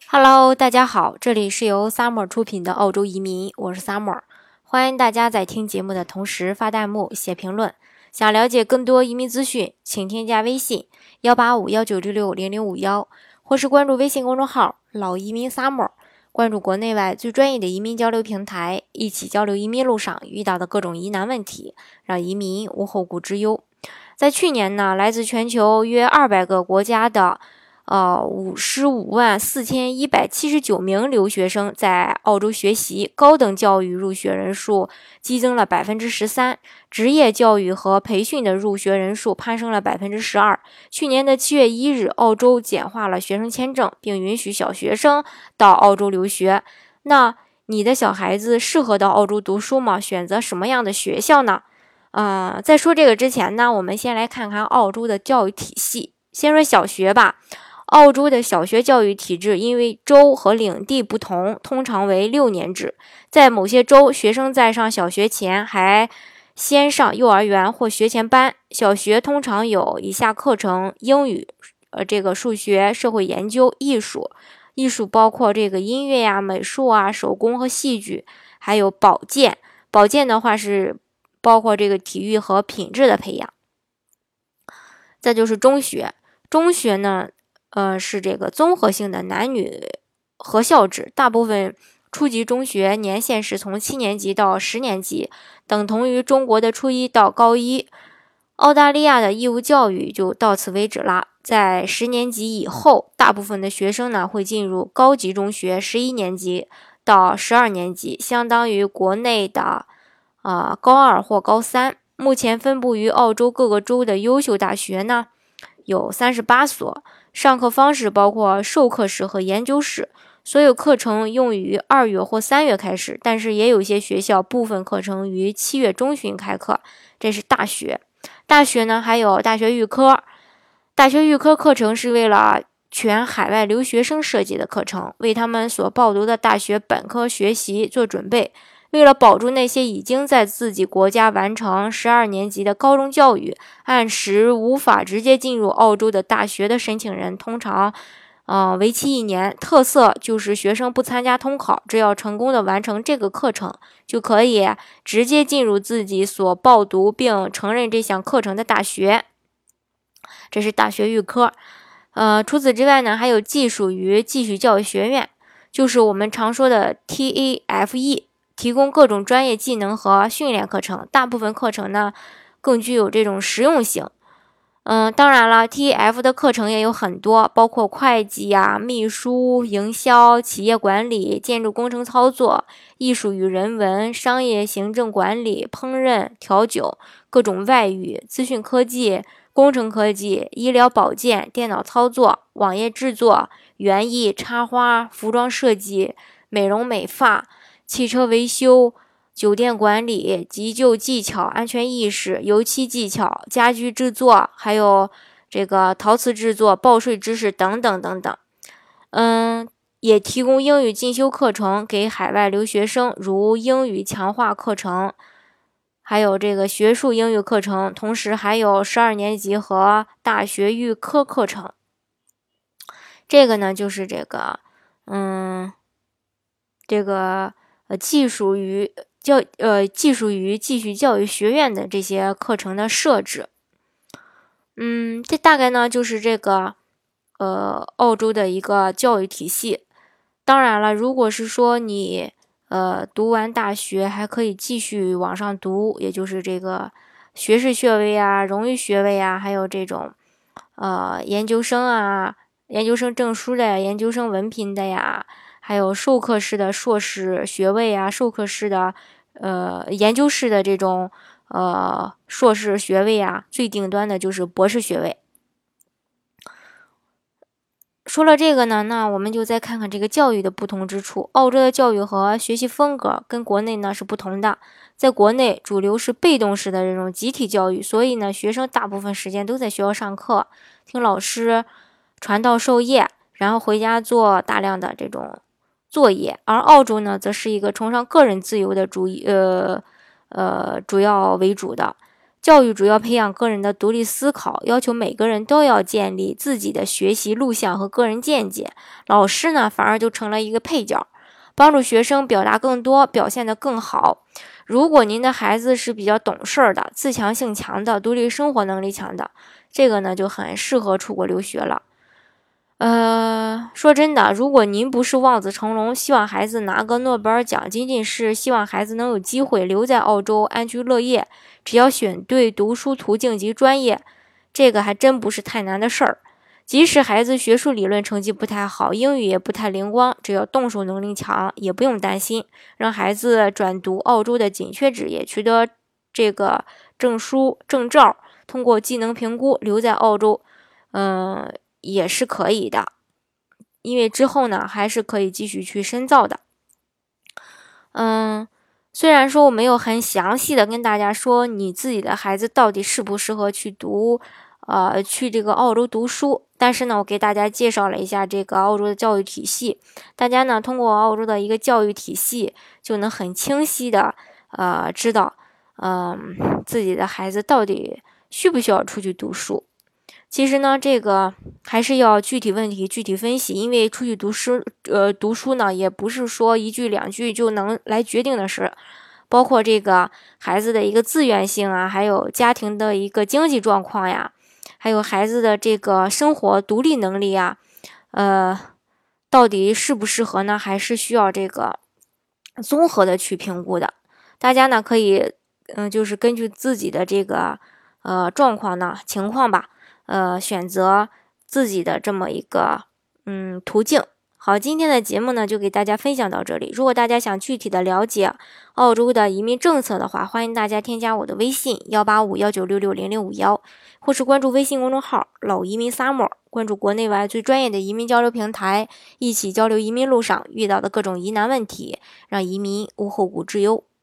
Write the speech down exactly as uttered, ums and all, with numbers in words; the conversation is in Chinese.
Hello，大家好，这里是由 Summer 出品的澳洲移民，我是 Summer， 欢迎大家在听节目的同时发弹幕、写评论。想了解更多移民资讯，请添加微信幺八五幺九六六零零五幺，或是关注微信公众号老移民 Summer， 关注国内外最专业的移民交流平台，一起交流移民路上遇到的各种疑难问题，让移民无后顾之忧。在去年呢，来自全球约二百个国家的呃，五十五万四千一百七十九名留学生在澳洲学习，高等教育入学人数激增了百分之十三，职业教育和培训的入学人数攀升了百分之十二。去年的七月一日，澳洲简化了学生签证，并允许小学生到澳洲留学。那你的小孩子适合到澳洲读书吗？选择什么样的学校呢？呃，在说这个之前呢，我们先来看看澳洲的教育体系。先说小学吧。澳洲的小学教育体制因为州和领地不同，通常为六年制。在某些州，学生在上小学前还先上幼儿园或学前班。小学通常有以下课程：英语、呃，这个数学、社会研究、艺术。艺术包括这个音乐呀、美术啊、手工和戏剧，还有保健。保健的话是包括这个体育和品质的培养。再就是中学，中学呢。呃，是这个综合性的男女合校制，大部分初级中学年限是从七年级到十年级，等同于中国的初一到高一。澳大利亚的义务教育就到此为止了，在十年级以后，大部分的学生呢会进入高级中学，十一年级到十二年级，相当于国内的呃高二或高三。目前分布于澳洲各个州的优秀大学呢有三十八所。上课方式包括授课式和研究室，所有课程用于二月或三月开始，但是也有些学校部分课程于七月中旬开课。这是大学。大学呢还有大学预科，大学预科课程是为了全海外留学生设计的课程，为他们所报读的大学本科学习做准备。为了保住那些已经在自己国家完成十二年级的高中教育，按时无法直接进入澳洲的大学的申请人，通常呃为期一年。特色就是学生不参加通考，只要成功的完成这个课程，就可以直接进入自己所报读并承认这项课程的大学。这是大学预科。呃，除此之外呢，还有技术与继续教育学院，就是我们常说的 T A F E。提供各种专业技能和训练课程，大部分课程呢更具有这种实用性。嗯，当然了 ，T A F 的课程也有很多，包括会计呀、秘书、营销、企业管理、建筑工程操作、艺术与人文、商业行政管理、烹饪、调酒、各种外语、资讯科技、工程科技、医疗保健、电脑操作、网页制作、园艺、插花、服装设计、美容美发。汽车维修、酒店管理、急救技巧、安全意识、油漆技巧、家居制作，还有这个陶瓷制作、报税知识等等等等。嗯，也提供英语进修课程给海外留学生，如英语强化课程，还有这个学术英语课程，同时还有十二年级和大学预科课程。这个呢，就是这个，嗯，这个。呃，技术与教呃技术与继续教育学院的这些课程的设置，嗯，这大概呢就是这个呃澳洲的一个教育体系。当然了，如果是说你呃读完大学还可以继续往上读，也就是这个学士学位啊、荣誉学位啊，还有这种呃研究生啊、研究生证书的呀、研究生文凭的呀。还有授课式的硕士学位啊，授课式的呃研究室的这种呃硕士学位啊，最顶端的就是博士学位。说了这个呢，那我们就再看看这个教育的不同之处。澳洲的教育和学习风格跟国内呢是不同的。在国内，主流是被动式的这种集体教育，所以呢，学生大部分时间都在学校上课，听老师传道授业，然后回家做大量的这种作业。而澳洲呢，则是一个崇尚个人自由的主义，呃呃，主要为主的。 教育主要培养个人的独立思考，要求每个人都要建立自己的学习路向和个人见解，老师呢反而就成了一个配角，帮助学生表达更多，表现得更好。如果您的孩子是比较懂事的、自强性强的、独立生活能力强的，这个呢就很适合出国留学了。呃，说真的，如果您不是望子成龙，希望孩子拿个诺贝尔奖，仅仅是希望孩子能有机会留在澳洲安居乐业，只要选对读书途径及专业，这个还真不是太难的事儿。即使孩子学术理论成绩不太好，英语也不太灵光，只要动手能力强，也不用担心，让孩子转读澳洲的紧缺职业，取得这个证书证照，通过技能评估留在澳洲，嗯。也是可以的，因为之后呢还是可以继续去深造的。嗯，虽然说我没有很详细的跟大家说你自己的孩子到底适不适合去读呃去这个澳洲读书，但是呢我给大家介绍了一下这个澳洲的教育体系，大家呢通过澳洲的一个教育体系就能很清晰的呃知道嗯、呃、自己的孩子到底需不需要出去读书。其实呢，这个还是要具体问题具体分析，因为出去读书，呃，读书呢，也不是说一句两句就能来决定的事，包括这个孩子的一个自愿性啊，还有家庭的一个经济状况呀，还有孩子的这个生活独立能力啊，呃，到底适不适合呢？还是需要这个综合的去评估的。大家呢可以，嗯、呃，就是根据自己的这个呃状况呢情况吧。呃，选择自己的这么一个嗯途径。好，今天的节目呢就给大家分享到这里。如果大家想具体的了解澳洲的移民政策的话，欢迎大家添加我的微信幺八五幺九六六零零五幺，或是关注微信公众号老移民 Summer， 关注国内外最专业的移民交流平台，一起交流移民路上遇到的各种疑难问题，让移民无后顾之忧。